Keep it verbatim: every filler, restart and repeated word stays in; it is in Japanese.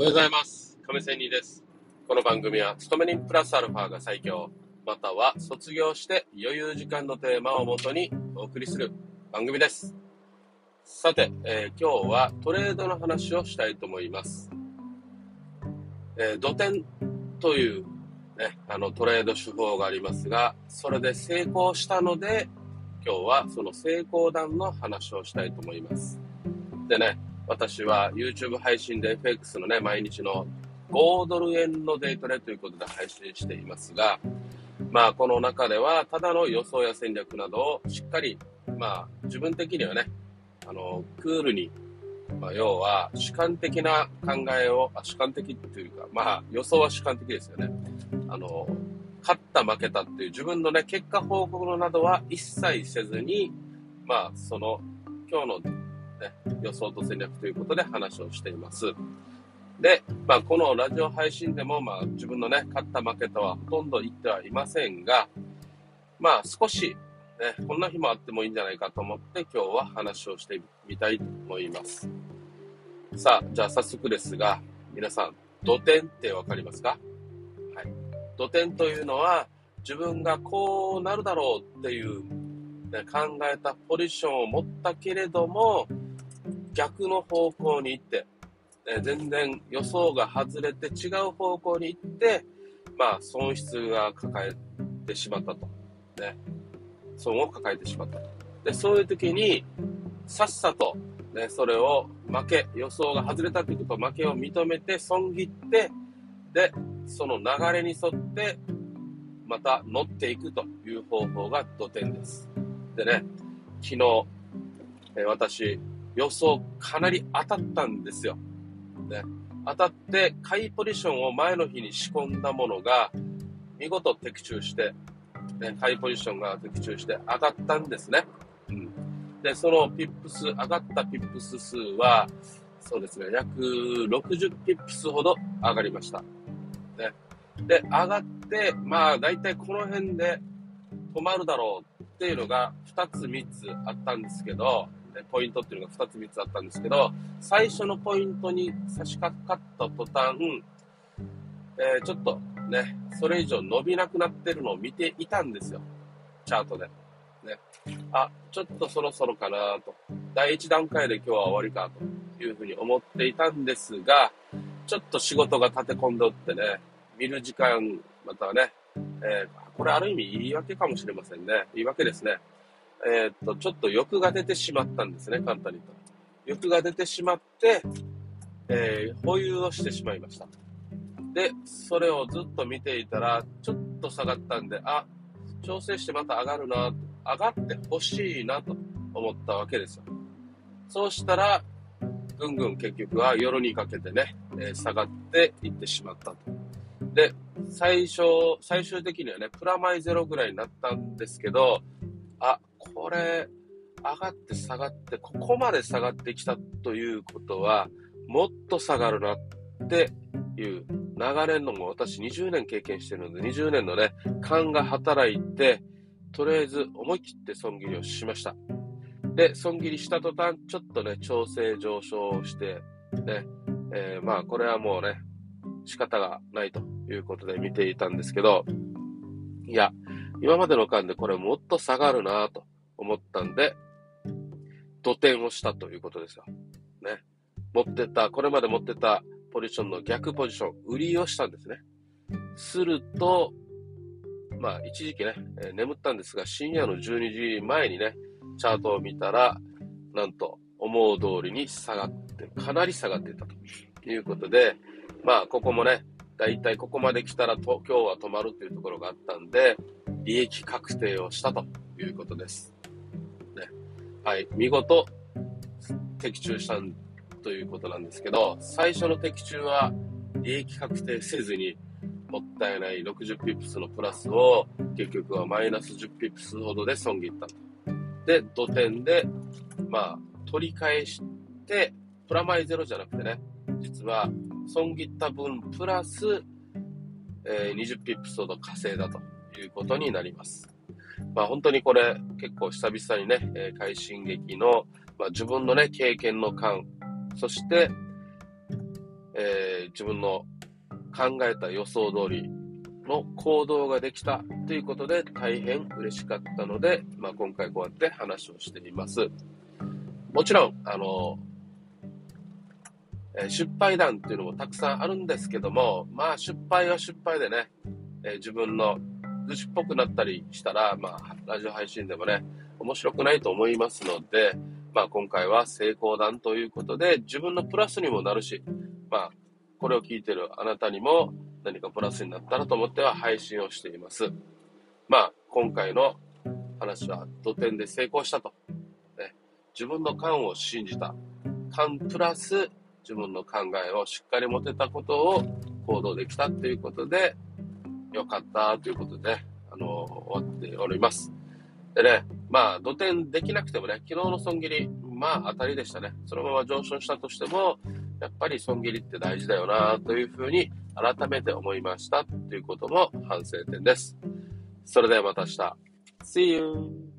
おはようございます。亀仙人です。この番組は勤め人プラスアルファが最強、または卒業して余裕時間のテーマをもとにお送りする番組です。さて、えー、今日はトレードの話をしたいと思います。えー、土点という、ね、あのトレード手法がありますが、それで成功したので、今日はその成功談の話をしたいと思います。でね、私は YouTube 配信で エフエックス のね、毎日のごドル円のデイトレということで配信していますが、まあこの中ではただの予想や戦略などをしっかり、まあ自分的にはね、あのクールに、まあ、要は主観的な考えを、あ主観的っていうか、まあ予想は主観的ですよね。あの勝った負けたっていう自分のね結果報告などは一切せずに、まあその今日のね、予想と戦略ということで話をしています。で、まあ、このラジオ配信でも、まあ、自分のね、勝った負けたはほとんど言ってはいませんが、まあ、少し、ね、こんな日もあってもいいんじゃないかと思って今日は話をしてみたいと思います。さあ、じゃあ早速ですが、皆さん、土点ってわかりますか？はい。土点というのは、自分がこうなるだろうっていう、ね、考えたポジションを持ったけれども、逆の方向に行って、え全然予想が外れて違う方向に行って、まあ損失が抱えてしまったと。ね。損を抱えてしまったと。で、そういう時に、さっさと、ね、それを負け、予想が外れたということを負けを認めて損切って、で、その流れに沿って、また乗っていくという方法が土点です。でね、昨日、え私、予想かなり当たったんですよ。ね、当たって買いポジションを前の日に仕込んだものが見事的中して、ね、買いポジションが的中して上がったんですね。うん、で、そのピップス、上がったピップス数は、そうですね、約ろくじゅうピップスほど上がりました。ね、で、上がって、まあ、だいたいこの辺で止まるだろうっていうのがふたつみっつあったんですけど、ポイントっていうのがふたつみっつあったんですけど、最初のポイントに差し掛かった途端、えー、ちょっとね、それ以上伸びなくなってるのを見ていたんですよ。チャートで。ね、あ、ちょっとそろそろかなと。だいいち段階で今日は終わりかというふうに思っていたんですが、ちょっと仕事が立て込んでおってね、見る時間、またはね、えー、これある意味言い訳かもしれませんね。言い訳ですね。えー、っと、ちょっと欲が出てしまったんですね、簡単に言ったら。欲が出てしまって、えー、保有をしてしまいました。で、それをずっと見ていたら、ちょっと下がったんで、あ、調整してまた上がるな、上がってほしいなと思ったわけですよ。そうしたら、ぐんぐん結局は夜にかけてね、えー、下がっていってしまったと。で、最初、最終的にはね、プラマイゼロぐらいになったんですけど、あ、これ、上がって下がって、ここまで下がってきたということは、もっと下がるなっていう流れのも私にじゅうねん経験してるので、にじゅうねんのね、勘が働いて、とりあえず思い切って損切りをしました。で、損切りした途端、ちょっとね、調整上昇して、ね、えー、まあ、これはもうね、仕方がないということで見ていたんですけど、いや、今までの間でこれもっと下がるなと思ったんで、土点をしたということですよ。ね。持ってた、これまで持ってたポジションの逆ポジション、売りをしたんですね。すると、まあ一時期ね、えー、眠ったんですが、深夜のじゅうにじまえにね、チャートを見たら、なんと思う通りに下がって、かなり下がっていたということで、まあここもね、だいたいここまで来たらと今日は止まるというところがあったんで、利益確定をしたということです。ね、はい、見事的中したということなんですけど、最初の的中は利益確定せずに、もったいないろくじゅうピップスのプラスを結局はマイナスじゅうピップスほどで損切ったと。で、土点で、まあ、取り返して、プラマイゼロじゃなくてね、実は損切った分プラス、えー、にじゅうピップスほど稼いだということになります。まあ本当にこれ結構久々にね、えー、快進撃の、まあ、自分のね、経験の感、そして、 えー、自分の考えた予想通りの行動ができたということで大変嬉しかったので、まあ、今回こうやって話をしています。もちろん、あの、えー、失敗談っていうのもたくさんあるんですけども、まあ失敗は失敗でね、えー、自分の図子っぽくなったりしたら、まあラジオ配信でもね、面白くないと思いますので、まあ今回は成功談ということで、自分のプラスにもなるし、まあこれを聞いているあなたにも何かプラスになったらと思っては配信をしています。まあ今回の話は土点で成功したと、ね、自分の勘を信じた、勘プラス自分の考えをしっかり持てたことを行動できたということでよかったということで、あの終わっております。でね、まあ土点できなくてもね、昨日の損切り、まあ当たりでしたね。そのまま上昇したとしてもやっぱり損切りって大事だよなというふうに改めて思いましたということも反省点です。それではまた明日。See you!